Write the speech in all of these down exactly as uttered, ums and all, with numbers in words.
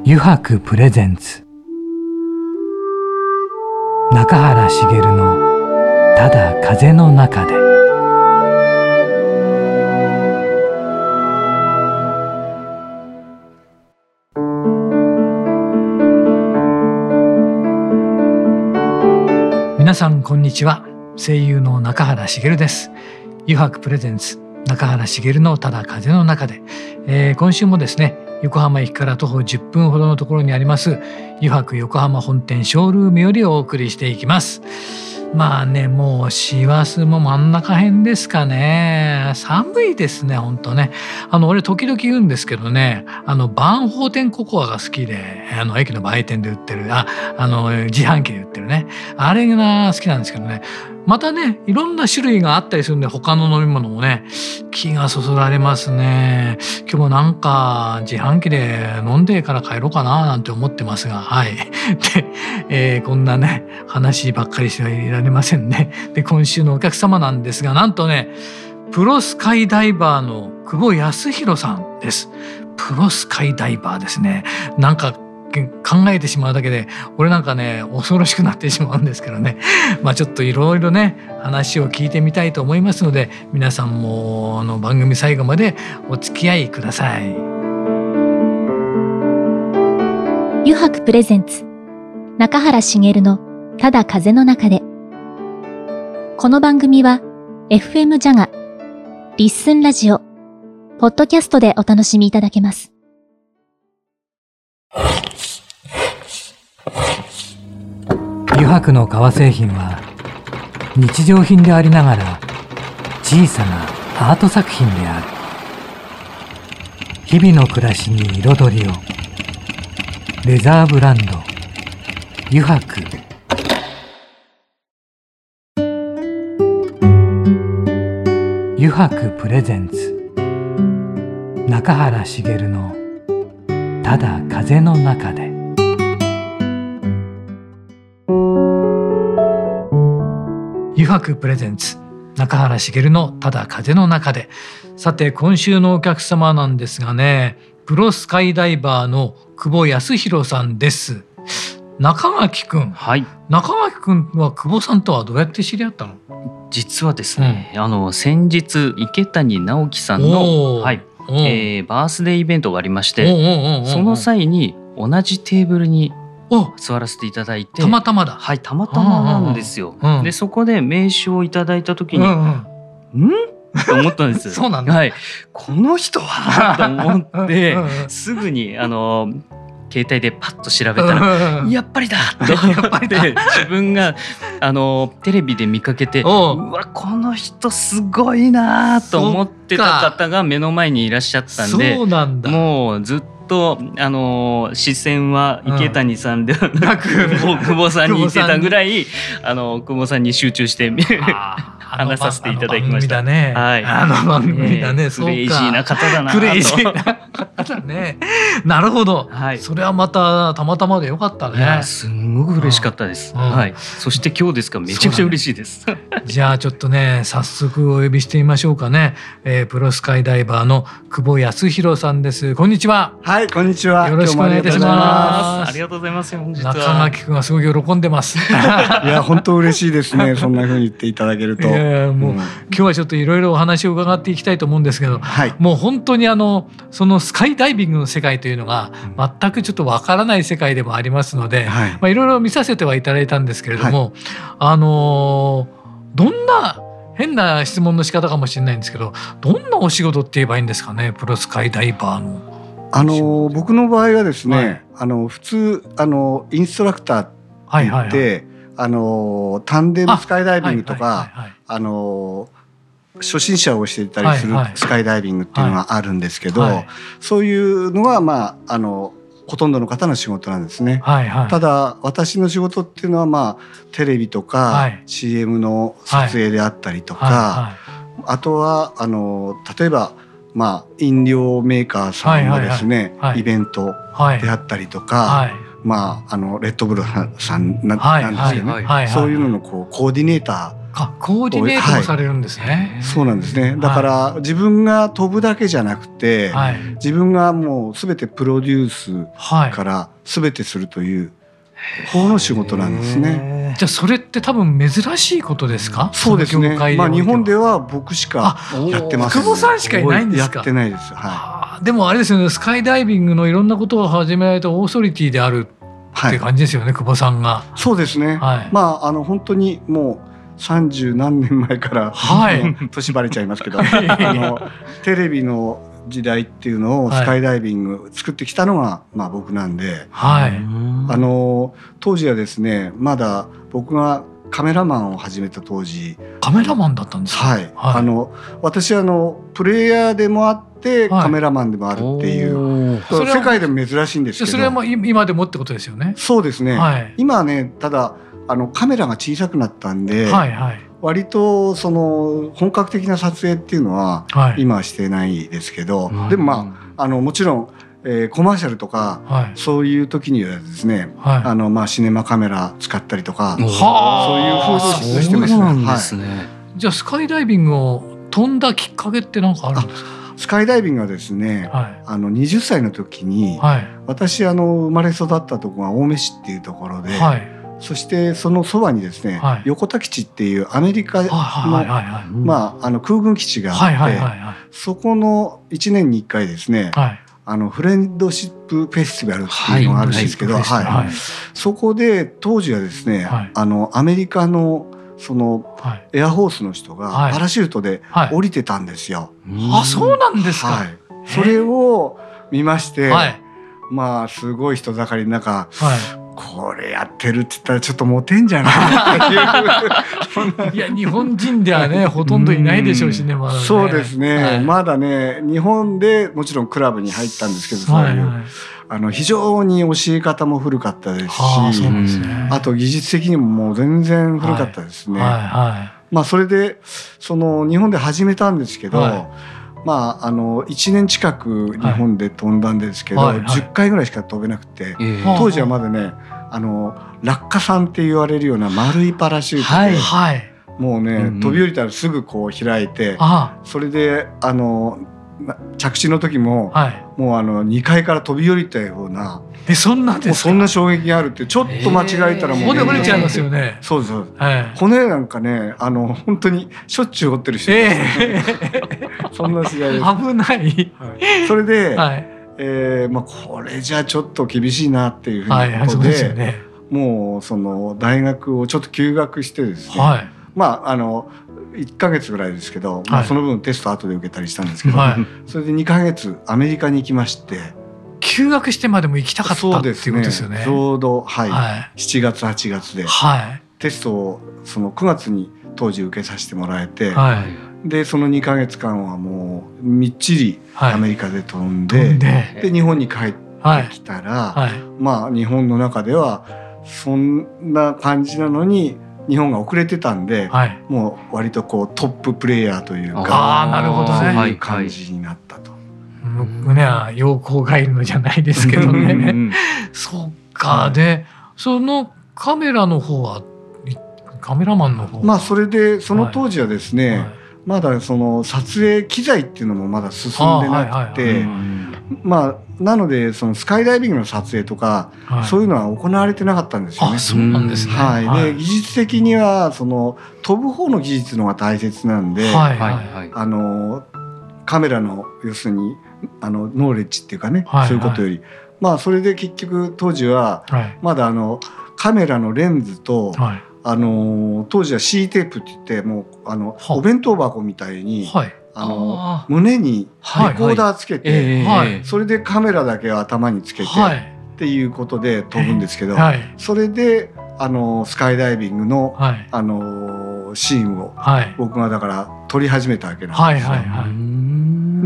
油白プレゼンツ中原茂のただ風の中で。皆さんこんにちは。声優の中原茂です。油白プレゼンツ中原茂のただ風の中で、えー、今週もですね、横浜駅から徒歩じゅっぷんほどのところにあります油白横浜本店ショールームよりお送りしていきます。まあね、もう師走も真ん中辺ですかね。寒いですね、ほんとね。あの俺時々言うんですけどね、あの万宝店ココアが好きで、あの駅の売店で売ってる、あ、あの自販機で売ってるね、あれが好きなんですけどね。またね、いろんな種類があったりするんで、他の飲み物もね、気がそそられますね。今日もなんか自販機で飲んでから帰ろうかななんて思ってますが、はい。で、えー、こんなね、話ばっかりしてはいられませんね。で、今週のお客様なんですが、なんとね、プロスカイダイバーの久保康弘さんです。プロスカイダイバーですね。なんか考えてしまうだけで俺なんかね恐ろしくなってしまうんですけどね。まあちょっといろいろね話を聞いてみたいと思いますので、皆さんもあの番組最後までお付き合いください。 油白プレゼンツ中原茂のただ風の中で。この番組は エフエム ジャガ、リッスンラジオ、ポッドキャストでお楽しみいただけます。 油白の革製品は日常品でありながら小さなアート作品である。日々の暮らしに彩りを。レザーブランド油白。油白プレゼンツ中原茂のただ風の中で。油白プレゼンツ中原茂のただ風の中で。さて今週のお客様なんですがね、プロスカイダイバーの久保康弘さんです。中垣くん、はい、中垣くんは久保さんとはどうやって知り合ったの？ 実はですね、うん、あの先日池谷直樹さんの、はいえー、バースデーイベントがありまして、その際に同じテーブルに座らせていただいて、 たまたまだ。 はい、たまたまなんですよ。うん、でそこで名刺をいただいた時に、うんうん、んと思ったんです。 そうなんだ、 はい、この人はと思ってすぐにあの携帯でパッと調べたら、やっぱりだと思って自分があのテレビで見かけて、うわこの人すごいなと思ってた方が目の前にいらっしゃったんで、 そうなんだ。 もうずっとあの視線は池谷さんではなく、うん、もう久保さんにいてたぐらいあの久保さんに集中して話させていただきました。 あの番組だね。はい、あの番組だね。 えー、クレイジーな方だなと。 クレイジーな方だね。なるほど、はい。それはまたたまたまでよかったね。 いやすんごく嬉しかったです。うんはい。そして今日ですからめちゃくちゃ嬉しいです。ね、 じゃあちょっとね早速お呼びしてみましょうかね。えー、プロスカイダイバーの久保康弘さんです。こんにちは。 はい、こんにちは。 よろしくお願いいたします。 ありがとうございます。本日は中垣くんはすごい喜んでます。 いや本当嬉しいですね。そんな風に言っていただけると。 いやもう、うん、今日はちょっといろいろお話を伺っていきたいと思うんですけど、はい、もう本当にあのそのスカイダイビングの世界というのが全くちょっとわからない世界でもありますので、はいまあ、いろいろ見させてはいただいたんですけれども、はい、あのどんな変な質問の仕方かもしれないんですけど、どんなお仕事って言えばいいんですかね、プロスカイダイバーの。 あの僕の場合はですね、はい、あの普通あのインストラクターって言って、はいはいはい、あのタンデムスカイダイビングとかあの初心者を教えたりするスカイダイビングっていうのがあるんですけど、はいはい、そういうのはまああのほとんどの方の仕事なんですね。はいはい、ただ私の仕事っていうのはまあテレビとか、はい、シーエム の撮影であったりとか、はいはいはい、あとはあの例えばまあ飲料メーカーさんのですね、はいはいはい、イベントであったりとか、はい、 まああのレッドブルさん な,、 はいなんですよね、 はいはいはい、 そういうののこうコーディネーター、 あ、コーディネートもされるんですね。 はい、そうなんですね。だから、はい、自分が飛ぶだけじゃなくて、はい、自分がもうすべてプロデュースからすべてするという方の仕事なんですね。 じゃあそれって多分珍しいことですか？ そうですね。まあ日本では僕しかやってません、ね。 久保さんしかいないんですか？ やってないです。はい。 でもあれですよね。スカイダイビングのいろんなことを始められたオーソリティであるっていう感じですよね。はい、久保さんが。 そうですね。はい、まああの本当にもう三十何年前から、はい、年バレちゃいますけど、あのテレビの時代っていうのをスカイダイビング作ってきたのが、まあ僕なんで、はい、あの当時はですね、まだ僕がカメラマンを始めた当時、 カメラマンだったんですか？ はい、はい、あの私はあのプレイヤーでもあってカメラマンでもあるっていう、はい、それ世界でも珍しいんですけど、 それはもう今でもってことですよね。 そうですね、はい、今はね、ただあのカメラが小さくなったんで、はいはい、割とその本格的な撮影っていうのは今はしてないですけど、はい、でもまあ、あのもちろん、えー、コマーシャルとか、はい、そういう時にはですね、はい、あのまあシネマカメラ使ったりとか、そういう風にしてますね。そうなんですね。はい、 じゃあスカイダイビングを飛んだきっかけって何かあるんですか？ スカイダイビングはですね、はい、あのはたちの時に、はい、私あの生まれ育ったところが青梅市っていうところで、はい、そしてそのそばにですね、はい、横田基地っていうアメリカのまああの空軍基地があって、そこのいちねんにいっかいですね、はい、あのフレンドシップフェスティバルっていうのがあるんですけど、はいはいはい、そこで当時はですね、はい、あのアメリカのそのエアフォースの人がパラシュートで降りてたんですよ。 はいはい、あ、そうなんですか。はい、 それを見まして、はい、まあすごい人だかりの中、はい、これやってるって言ったらちょっとモテんじゃないっていういや日本人ではねほとんどいないでしょうしね、まだね。 そうですね、はい、まだね日本でもちろんクラブに入ったんですけど、そういう、はいはい、あの非常に教え方も古かったですし、はあ、そうですね、あと技術的にももう全然古かったですね。はいはいはい、まあそれでその日本で始めたんですけど、はい、まあ、あのいちねん近く日本で飛んだんですけど、はいはい、じゅっかいぐらいしか飛べなくて、はい、当時はまだねあの落下傘って言われるような丸いパラシュートで、はいはい、もうね、うんうん、飛び降りたらすぐこう開いて、それであの着地の時も、はい、もうあのにかいから飛び降りたような、 えそんなですか？ そんな衝撃があるって、ちょっと間違えたらもう骨折れちゃいますよね。 そうそう、はい、骨なんかねあの本当にしょっちゅう折ってる人です、えー、そんな試合です。 危ない、 はい、それで、はい、えーまあ、これじゃちょっと厳しいなっていうふうなことで、はいはい、ね、もうその大学をちょっと休学してですね、はい、まああのいっかげつぐらいですけど、はい、まあ、その分テスト後で受けたりしたんですけど、はい、それでにかげつアメリカに行きまして。 休学してまでも行きたかったっていうことですよね。 ちょうど、はいはい、しちがつはちがつで、はい、テストをそのくがつに当時受けさせてもらえて、はい、でそのにかげつかんはもうみっちりアメリカで飛んで、はい、で, で日本に帰ってきたら、はいはい、まあ日本の中ではそんな感じなのに日本が遅れてたんで、はい、もう割とこうトッププレイヤーというか、 あ、なるほどね、 そういう感じになったと。 胸は陽光がいるのじゃないですけどね、うんうん、そっか、はい、でそのカメラの方はカメラマンの方は、 まあそれでその当時はですね、はいはい、まだその撮影機材っていうのもまだ進んでなくて、まあなのでそのスカイダイビングの撮影とか、はい、そういうのは行われてなかったんですよね。 あ、そうなんですね。 はい、で、はい、技術的にはその飛ぶ方の技術の方が大切なんで、はいはいはい、あのカメラの要するにあのノーレッジっていうかね、はいはい、そういうことより、まあそれで結局当時はまだあのカメラのレンズと、はい、あの当時は C テープって言ってもうあのお弁当箱みたいに、はい、あの胸にレコーダーつけて、はいはい、それでカメラだけを頭につけて、はい、っていうことで飛ぶんですけど、はい、それであのスカイダイビングの、はい、あのシーンを僕がだから撮り始めたわけなんですよ。はいはいはい、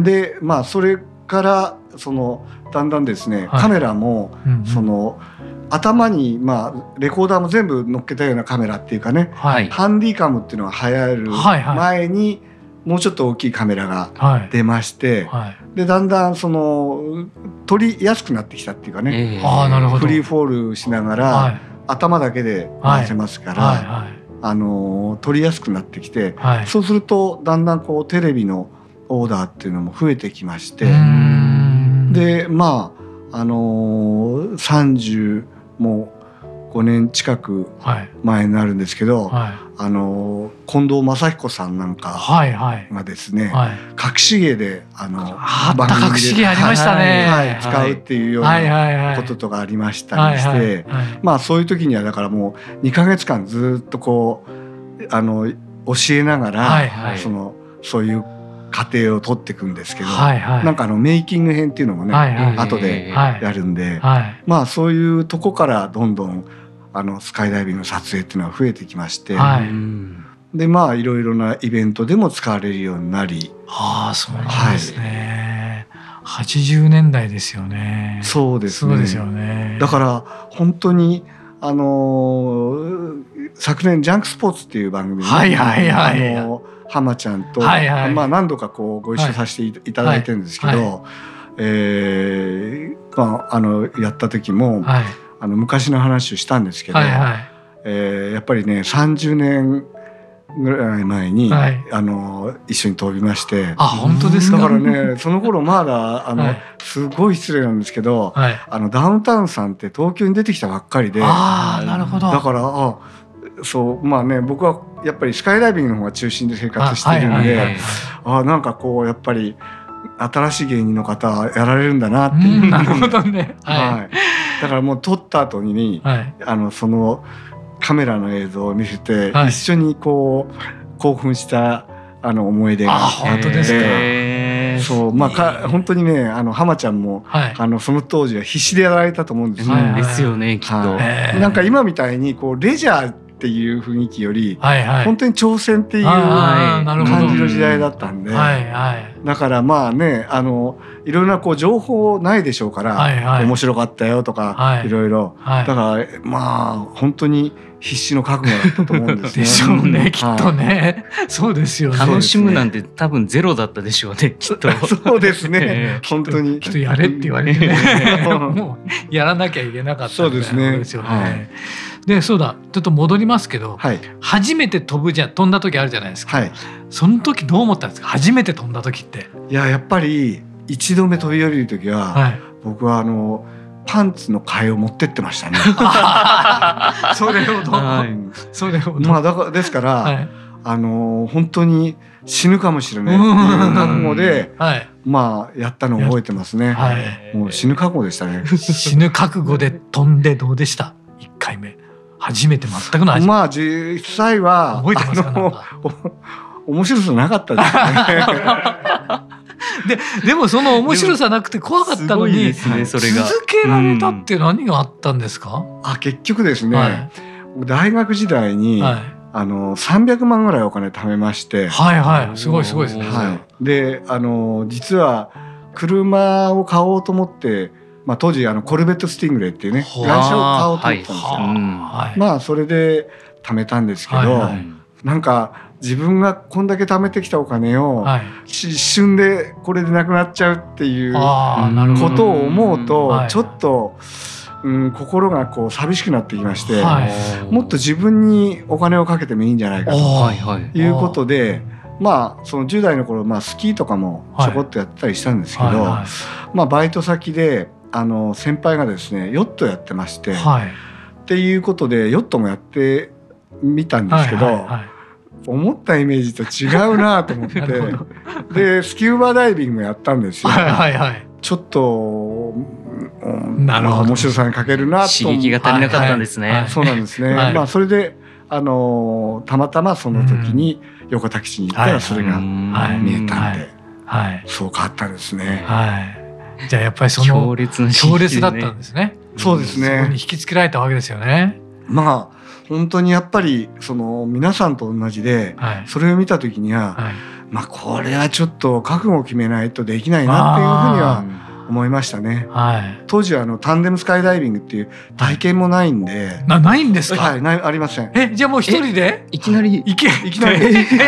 でまあそれからそのだんだんですね、はい、カメラも、うんうん、その頭にまあレコーダーも全部乗っけたようなカメラっていうかね、はい、ハンディカムっていうのが流行る前に、はいはい、 もうちょっと大きいカメラが出まして、 はいはい、 でだんだんその撮りやすくなってきたっていうかね、 えー、あーなるほど。 フリーフォールしながら、はい、頭だけで回せますから、はいはいはい、あの撮りやすくなってきて、はい、そうするとだんだんこうテレビのオーダーっていうのも増えてきまして、でまああのー、さんじゅうもうごねん近く前になるんですけど、はい、あのー、近藤正彦さんなんかがですね、はいはい、隠し芸であのあった隠し芸ありましたね、 はいはい、使うっていうようなこととかありましたりして、まあそういう時にはだからもうにかげつかんずっとこうあの教えながら、はいはい、そのそういう過程を取っていくんですけど、はいはい、なんかあのメイキング編っていうのもね、はいはい、後でやるんで、はい、まあそういうとこからどんどんあのスカイダイビングの撮影っていうのは増えてきまして、はい、でまあいろいろなイベントでも使われるようになり、 はあそうなんですね、はい、はちじゅうねんだいですよね。 そうですね、 そうですよね。 だから本当にあのー、昨年ジャンクスポーツっていう番組で、 はいはいはい、 あのー浜ちゃんと、はいはい、まあ、何度かこうご一緒させていただいてるんですけど、はいはい、えーまあ、あのやった時も、はい、あの昔の話をしたんですけど、はいはい、えー、やっぱりねさんじゅうねんぐらい前に、はい、あの一緒に飛びまして、 あ本当ですか。 だからねその頃まだあの、はい、すごい失礼なんですけど、はい、あのダウンタウンさんって東京に出てきたばっかりで、 あなるほど。 だからあそうまあね僕はやっぱりスカイダイビングの方が中心で生活してるんで、あなんかこうやっぱり新しい芸人の方やられるんだなっていう、 うん、なるほどね、 はいはい、だからもう撮った後に、はい、あのそのカメラの映像を見せて、はい、一緒にこう興奮したあの思い出があって、 あ本当ですか。 そうまあか本当にねあの浜ちゃんも、はい、あのその当時は必死でやられたと思うんですよ、 ね、ですよねきっと、はい、なんか今みたいにこうレジャーっていう雰囲気より、はいはい、本当に挑戦っていう感じの時代だったんで、はいはい、だからまあねあのいろいろなこう情報ないでしょうから、はいはい、面白かったよとか、はい、いろいろ、はい、だからまあ本当に必死の覚悟だったと思うんですね。 でしょうねきっとね、はい、そうですよね。 楽しむなんて多分ゼロだったでしょうねきっと。 そうですね本当にきっとやれって言われてねもうやらなきゃいけなかったみたいなことですよね。そうですね、はいでそうだちょっと戻りますけど、はい、初めて飛ぶじゃ飛んだ時あるじゃないですか、はい、その時どう思ったんですか初めて飛んだ時って。 いややっぱり一度目飛び降りる時は、はい、僕はあのパンツの替えを持ってってましたね。 それほど、はい、それほど、 まあ、だからですから、はい、あの本当に死ぬかもしれないっていう覚悟で、はい、まあやったのを覚えてますね、はい、もう死ぬ覚悟でしたね。 死ぬ覚悟で飛んでどうでしたいっかいめ初めて全くの味。 まあ実際は覚えてますか。なんか面白さなかったですね。で, でもその面白さなくて怖かったのに、ね、それが続けられたって何があったんですか。 あ結局ですね、はい、大学時代に、はい、あのさんびゃくまんぐらいお金貯めまして、 はいはいすごいすごいですね。 はい、であの実は車を買おうと思ってまあ、当時あのコルベットスティングレイっていうね外車を買おうと思ったんですよ、はい、まあそれで貯めたんですけど、はいはい、なんか自分がこんだけ貯めてきたお金を、はい、一瞬でこれでなくなっちゃうっていうことを思うとちょっと、うん、心がこう寂しくなってきまして、はい、もっと自分にお金をかけてもいいんじゃないかということで、まあそのじゅう代の頃、まあ、スキーとかもちょこっとやったりしたんですけど、はいはいはい、まあ、バイト先であの先輩がですねヨットやってまして、はい、っていうことでヨットもやってみたんですけど、はいはいはい、思ったイメージと違うなと思ってでスキューバダイビングもやったんですよ、はいはいはい、ちょっと、うん、なるほど面白さに欠けるなと刺激が足りなかったんですね、はいはい、 そうなんですね、はい、まあ、それであのたまたまその時に横田基地に行ったらそれが見えたんで、はいはい、そう変わったんですね、はい、 じゃあやっぱりその強烈な、ね、強烈だったんですね。 そうですね。 そこに引きつけられたわけですよね。 まあ本当にやっぱりその皆さんと同じで、はい、それを見た時には、はい、まあこれはちょっと覚悟を決めないとできないなっていうふうには思いましたね。 はい、 当時はあのタンデムスカイダイビングっていう体験もないんで、 なないんですか？ はい、ないありません。 え、じゃあもう一人でいきなり行けいきなり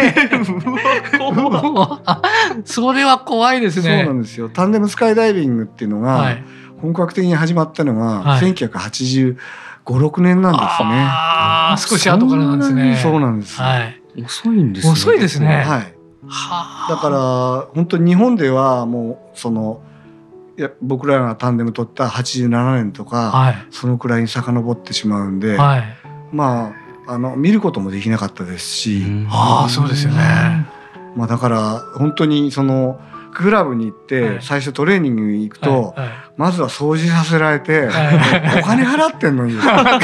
それは怖いですね。 そうなんですよ。タンデムスカイダイビングっていうのが、はい、本格的に始まったのが、はい、せんきゅうひゃくはちじゅうご、ろくねんなんですね。 ああ、少し後からなんですね。 そうなんです。 はい、 遅いんですね。 遅いですね。 はい。はだから本当に日本ではもうそのいや僕らがタンデム取ったはちじゅうななねんとか、はい、そのくらいに遡ってしまうんで、はい、まああの見ることもできなかったですし、 ああそうですよね。 まあだから本当にそのクラブに行って最初トレーニングに行くと、はいはい、まずは掃除させられて、はい、お金払ってんのに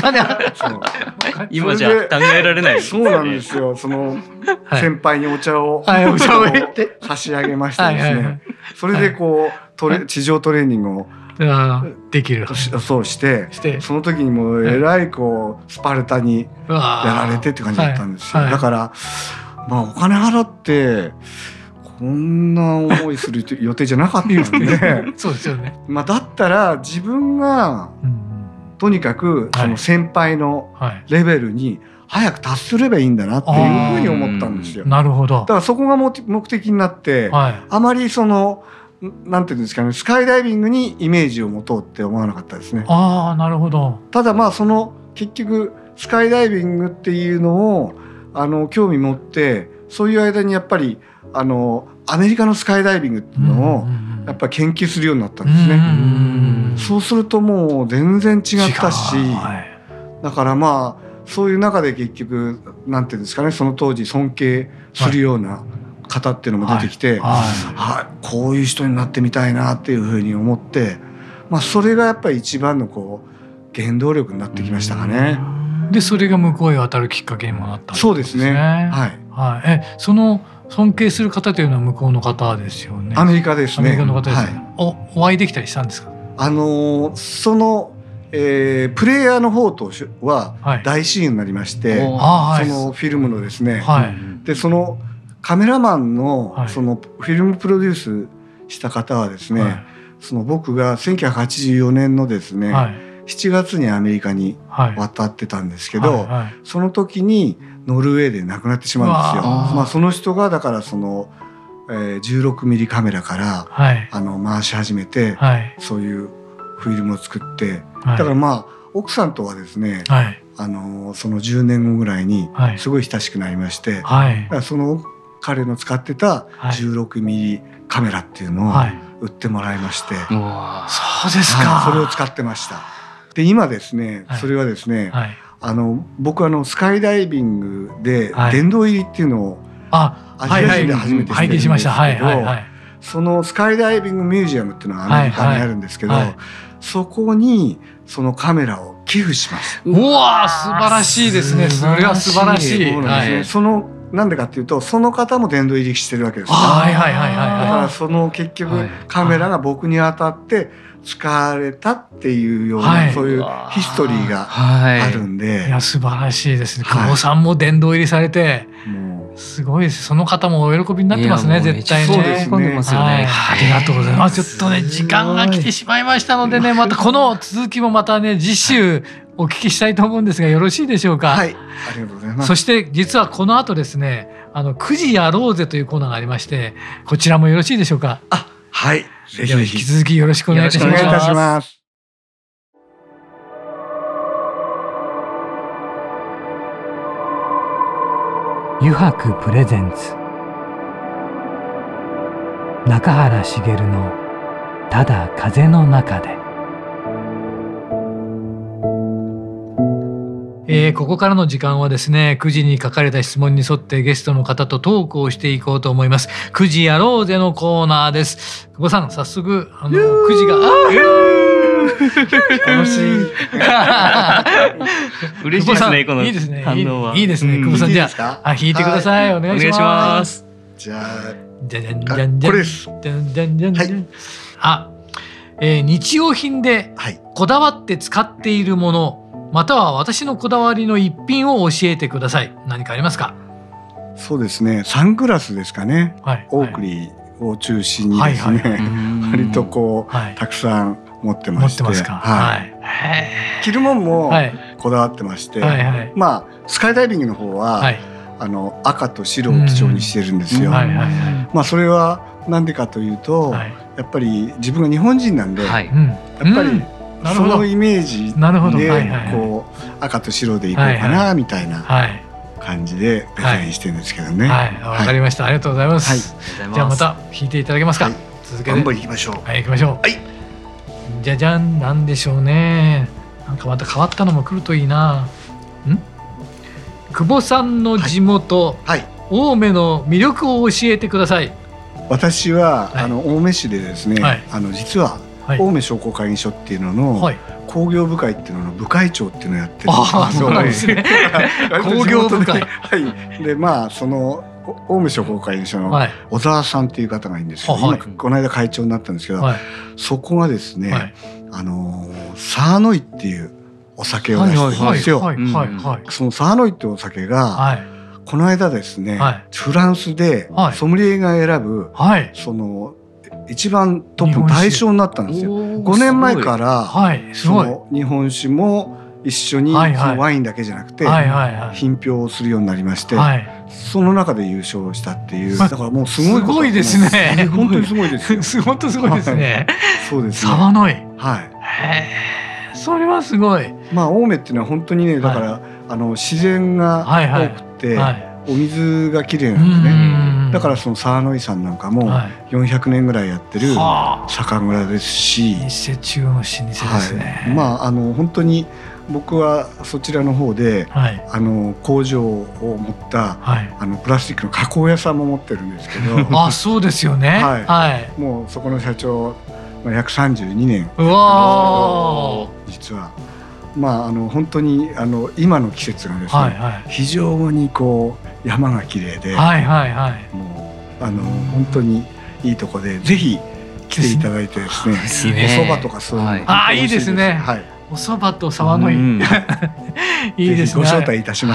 今じゃ考えられないですね。そうなんですよ。その先輩にお茶を、 はい、お茶をって差し上げましてですね、はいはい、それでこうトレ地上トレーニングをできるそうしてその時にもうえらいこうスパルタにやられてって感じだったんですよ。だからまあお金払ってこんな思いする予定じゃなかったんでそうですよね。 まあだったら自分がとにかくその先輩のレベルに早く達すればいいんだなっていうふうに思ったんですよ。 なるほど。 だからそこが目的になって、はい、あまりそのなんていうんですかね、スカイダイビングにイメージを持とうって思わなかったですね。 ああ、なるほど。ただまあその結局スカイダイビングっていうのをあの興味持ってそういう間にやっぱりあのアメリカのスカイダイビングっていうのをやっぱり研究するようになったんですね。うんそうするともう全然違ったし、はい、だからまあそういう中で結局なんていうんですかね、その当時尊敬するような方っていうのも出てきて、はいはいはい、こういう人になってみたいなっていうふうに思って、まあ、それがやっぱり一番のこう原動力になってきましたかね。 でそれが向こうへ渡るきっかけにもなったんですね。 そうですね、はいはい、えその尊敬する方というのは向こうの方ですよね。 アメリカですね。 アメリカの方ですね、はい、お, お会いできたりしたんですか？ あのー、その、えー、プレイヤーの方とは大親友になりまして、はい、そのフィルムのですね、はい、でそのカメラマンのそのフィルムプロデュースした方はですね、はい、その僕がせんきゅうひゃくはちじゅうよねんのですね、はい、しちがつにアメリカに渡ってたんですけど、はいはいはい、その時にノルウェーで亡くなってしまうんですよ。まあ、その人がだからその、えー、じゅうろくミリカメラから、はい、あの回し始めて、はい、そういうフィルムを作って、はい、だからまあ奥さんとはですね、はい、あのそのじゅうねんごぐらいにすごい親しくなりまして、はい、だからその彼の使ってたじゅうろくミリカメラっていうのを売ってもらいまして、 はい、そうですか、 はい、それを使ってました。で今ですね、それはですね、はい、あの僕あのスカイダイビングで殿堂入りっていうのをアジア人で初めてしてるんですけど、そのスカイダイビングミュージアムっていうのはアメリカにあるんですけど、はいはい、そこにそのカメラを寄付しました。 うわ素晴らしいですね。それは素晴らしい。 そうなんですね、はい、そのなんでかっていうとその方も殿堂入りしてるわけです、ね、 はいはいはいはい、 だからその結局カメラが僕に当たって使われたっていうような、はい、そういうヒストリーがあるんで、 はい、いや素晴らしいですね。久保さんも殿堂入りされて、もうすごいです。その方もお喜びになってますね。絶対ね。 そうですね、 はい、ありがとうございます。ちょっとね時間が来てしまいましたのでね、またこの続きもまたね次週お聞きしたいと思うんですがよろしいでしょうか？ はい、ありがとうございます。 そして実はこの後ですね、あのくじやろうぜというコーナーがありまして、こちらもよろしいでしょうか？ あ、はい、ぜひぜひ引き続きよろしくお願いいたします。 よろしくお願いいたします。 油白プレゼンツ中原茂のただ風の中で。えー、ここからの時間はですね、くじに書かれた質問に沿ってゲストの方とトークをしていこうと思います。くじやろうぜのコーナーです。久保さん、早速あのくじが楽しい嬉しいですね、このいいですね、 反応は。 いいですね、久保さん、じゃあ、あ、引いてください、はい、お願いします。 じゃあ、 じゃじゃんじゃんじゃん、 これです。 じゃんじゃんじゃんじゃん、はい、あ、えー、日用品でこだわって使っているもの、または私のこだわりの一品を教えてください。何かありますか？ そうですね、サングラスですかね、はい、オークリーを中心にですね、はいはい、割とこう、はい、たくさん持ってまして、持ってますか、はい、着るもんもこだわってまして、はいはい、まあスカイダイビングの方は、はい、あの赤と白を基調にしてるんですよ。まあそれはなんでかというと、はい、やっぱり自分が日本人なんで、はい、やっぱりそのイメージでこう赤と白でいこうかなみたいな感じでデザインしてるんですけどね。 はい、わかりました。ありがとうございます。はい、じゃあまた弾いていただけますか。はい、続けて。 頑張りいきましょう。 はい、行きましょう。 はい。 じゃじゃん、なんでしょうね。なんかまた変わったのも来るといいな。ん？久保さんの地元、はいはい、青梅の魅力を教えてください。 私は、はい、あの青梅市でですね、はい、あの実は、はい、青梅商工会議所っていうのの、はい、工業部会っていうのの部会長っていうのをやってるんです。 ああ、そうなんですね。工業部会。 はい。で、まあその青梅商工会議所の小沢さんっていう方がいいんですけど、はい、今この間会長になったんですけど、はい、そこがですね、はい、あのサーノイっていうお酒を出してるんですよ。そのサーノイっていうお酒が、はい、この間ですね、はい、フランスでソムリエが選ぶ、はい、その一番トップの対象になったんですよ。ごねんまえから、はい、その日本酒も一緒に、はいはい、そのワインだけじゃなくて、はいはいはい、品評をするようになりまして、はい、その中で優勝したっていう、だからもうすごいこと、 すごいですね。 本当にすごいですよ。 本当すごいですね。 そうですね。 沢の井。 はい。 へえ、それはすごい。 まあ青梅っていうのは本当にね、だから、はい、あの自然が多くて、はいはい、お水がきれいなんでね。だからその沢の井さんなんかもよんひゃくねんぐらいやってる酒蔵ですし、 老舗中の老舗ですね。 はい、まああの本当に僕はそちらの方で、はい、あの工場を持った、はい、あのプラスチックの加工屋さんも持ってるんですけど、 あ、そうですよね。はい。はい、 もうそこの社長、まあ、約さんじゅうにねん。 うわ、 実は。まあ、あの本当にあの今の季節がですね、はいはい、非常にこう山が綺麗で、はいはいはい、もうあの本当にいいとこでぜひ来ていただいてですね、ですね、お蕎麦とかそういうの、はい、 あ、いいですね。はい、お蕎麦と沢の井、うん、いいですね。 ご招待いたします。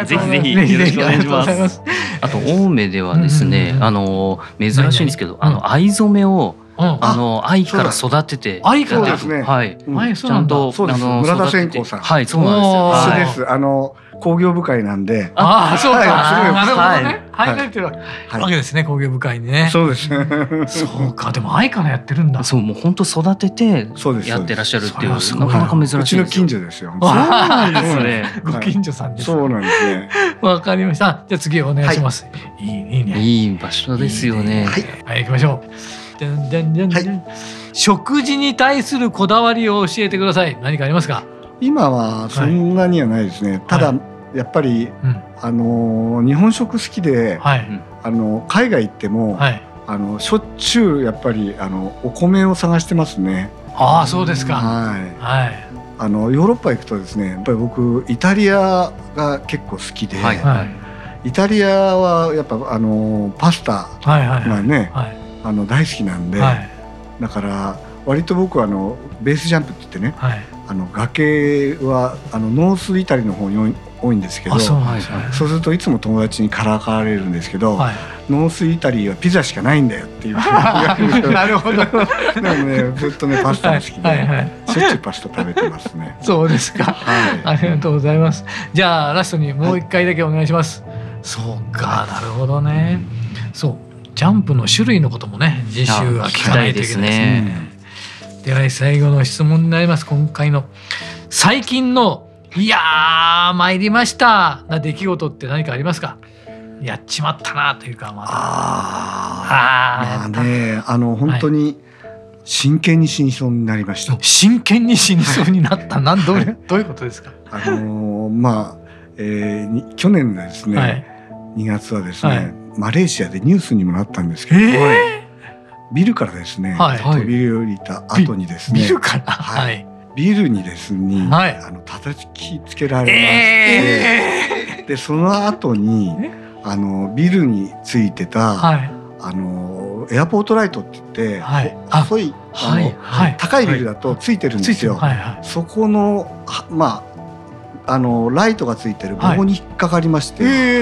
ぜひぜひよろしくお願いします。あと青梅ではですね、うんうん、あの珍しいんですけど、うん、あの藍染めをうん、あの藍から育てて、 藍からですね、 はい、うん、ちゃんとあの村田千光さん、 はい、そうなんですよ。 一緒です。あの工業部会なんで、 ああ、そうか、なるほどね、入られてるわけですね、工業部会にね。 そうです。 そうか、でも藍からやってるんだ。 そう、もう本当育ててやってらっしゃるっていう、なかなか珍しい。うちの近所ですよ。 そうなんですね。ご近所さんです。 そうなんですね。 わかりました。じゃあ次お願いします。いいいいね。 いい場所ですよね。 はい、行きましょう。でんでんでんでん、はい、食事に対するこだわりを教えてください。何かありますか？ 今はそんなにはないですね。はい、ただ、やっぱり、うん、あの日本食好きで、はい、あの海外行っても、はい、あのしょっちゅうやっぱりあのお米を探してますね。 ああ、そうですか。 はい。はい。あのヨーロッパ行くとですね、やっぱり僕イタリアが結構好きで、はいはい、イタリアはやっぱあのパスタがね。はいはいはいはい、あの大好きなんで、はい、だから割と僕はあのベースジャンプって言ってね、はい、あの崖はあのノースイタリの方に多いんですけど、 そうなんですね、そうするといつも友達にからかわれるんですけど、はい、ノースイタリはピザしかないんだよっていうなるほど。でもね、ずっとねパスタが好きで、はいはいはい、しょっちゅうパスタ食べてますね。 そうですか、はい、ありがとうございます。じゃあラストにもう一回だけお願いします。はい、そうか、なるほどね。そう、ジャンプの種類のこともね、次週は聞かないといけないですね。では最後の質問になります。今回の最近のいやー参りましたな出来事って何かありますか？やっちまったなというか、まだああまあね、あの本当に真剣に死にそうになりました。はい、 真剣に死にそうになった。なんどういうどういうことですか？ あのー、まあ、えー、去年のですね、はい、にがつはですね、はい、マレーシアでニュースにもなったんですけど、えー、ビルからですね、はい、飛び降りた後にですね、 ビルから、 はい、ビルにですね、はい、あの叩きつけられまして、えー、でその後にあのビルについてた、はい、あのエアポートライトって言って、はい、細いあの、はいはい、高いビルだとついてるんですよ。はいはい、そこのまああのライトがついてる棒に引っかかりまして、はい、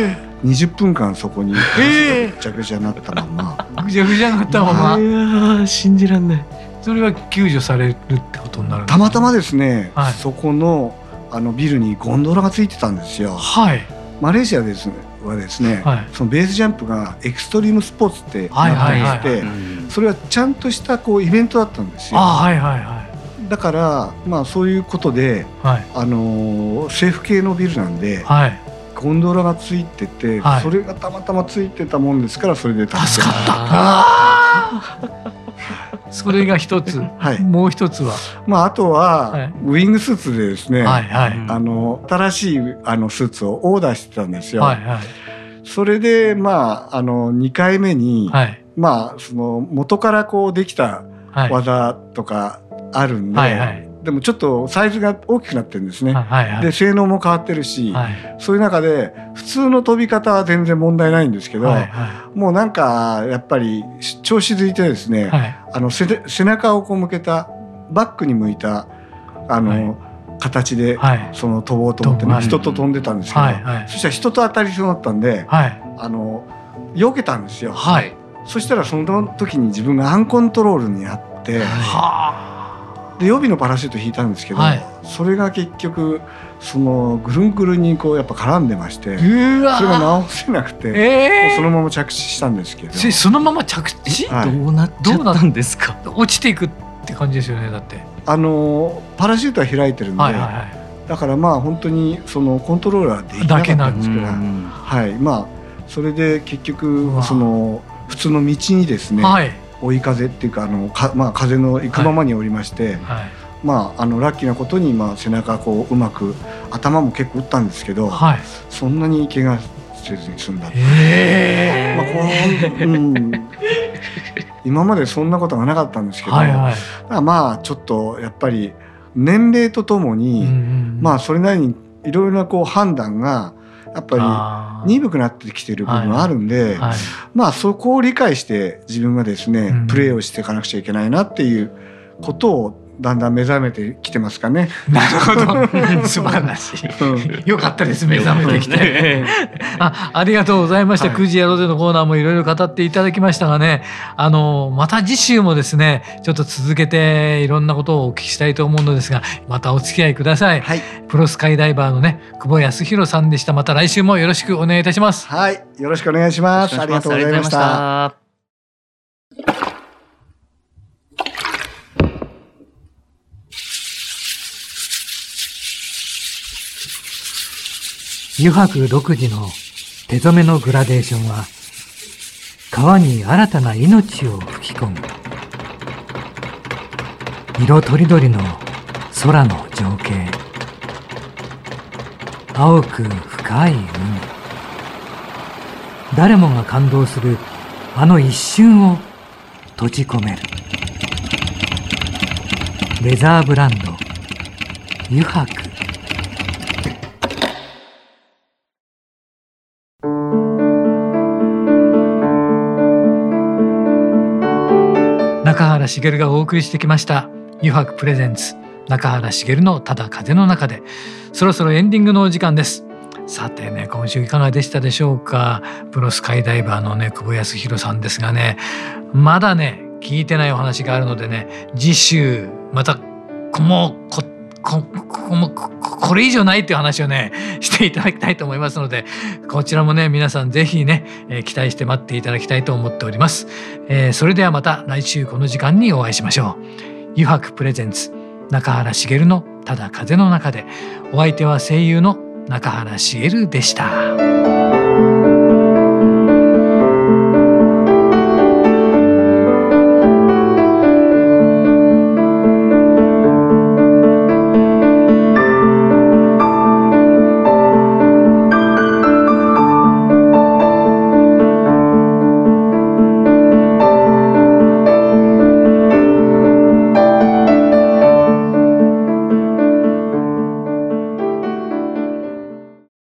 にじゅっぷんかんそこにえーぐちゃぐちゃになったままぐちゃぐちゃになったままいやー信じらんない。 それは救助されるってことになるんですか？ たまたまですね、 はい、 そこのあのビルにゴンドラがついてたんですよ。 はい、 マレーシアですねはですね、はい、そのベースジャンプがエクストリームスポーツってなってまして、それはちゃんとしたこうイベントだったんですよ。 あ、はいはいはい、 だからまあそういうことで、はい、あの政府系のビルなんで、はい、ゴンドラがついてて、はい、それがたまたまついてたもんですから、それで助かった。あそれが一つ、はい、もう一つは、 まあ、あとは、はい、ウィングスーツでですね、はいはい、あの新しいあのスーツをオーダーしてたんですよ。はいはい、それで、まあ、あのにかいめに、はい、まあ、その元からこうできた技とかあるんで、はいはいはい、でもちょっとサイズが大きくなってるんですね。はいはい、で性能も変わってるし、はい、そういう中で普通の飛び方は全然問題ないんですけど、はいはい、もうなんかやっぱり調子づいてですね、はい、あの背、背中をこう向けたバックに向いたあの、はい、形で、はい、その飛ぼうと思って、ね、はい、人と飛んでたんですけど、はいはい、そしたら人と当たりそうになったんで、はい、あの避けたんですよ。はい、そしたらその時に自分がアンコントロールにあって、はい、で予備のパラシュート引いたんですけど、はい、それが結局そのぐるんぐるんにこうやっぱ絡んでまして、それが直せなくて、えー、もうそのまま着地したんですけど。 そのまま着地、はい、 どうなっちゃったんですか？ 落ちていくって感じですよね。だってあのパラシュートは開いてるんで、はいはいはい、だからまあ本当にそのコントロールはできなかったんですけど、はい、まあそれで結局その普通の道にですね、はい、追い風っていうか、あのか、まあ、風の行くままにおりまして、はいはい、まあ、あのラッキーなことに、まあ、背中こううまく頭も結構打ったんですけど、はい、そんなに怪我せずに済んだって、えーまあこううん、今までそんなことがなかったんですけど、はいはい、まあちょっとやっぱり年齢とともに、うんうん、まあそれなりにいろいろなこう判断がやっぱり鈍くなってきてる部分があるんで、はいはい、まあそこを理解して自分がですね、うん、プレーをしていかなくちゃいけないなっていうことをだんだん目覚めてきてますかね。 なるほど、素晴らしい、うん、よかったです、目覚めてきてあ, ありがとうございました、はい、くじやろうぜのコーナーもいろいろ語っていただきましたがね、あのまた次週もですねちょっと続けていろんなことをお聞きしたいと思うのですが、またお付き合いください、はい、プロスカイダイバーのね久保康弘さんでした。また来週もよろしくお願いいたします。 はい、よろしくお願いします。ありがとうございました。 油白独自の手染めのグラデーションは川に新たな命を吹き込む。色とりどりの空の情景、青く深い海、誰もが感動するあの一瞬を閉じ込める。レザーブランド油白。中原茂がお送りしてきました油白プレゼンツ中原茂のただ風の中で、そろそろエンディングのお時間です。さてね、今週いかがでしたでしょうか。プロスカイダイバーのね久保康弘さんですがね、まだね聞いてないお話があるのでね、次週またもうここここれ以上ないっていう話をねしていただきたいと思いますので、こちらもね皆さんぜひね、えー、期待して待っていただきたいと思っております、えー、それではまた来週この時間にお会いしましょう。油白プレゼンツ中原茂のただ風の中で、お相手は声優の中原茂でした。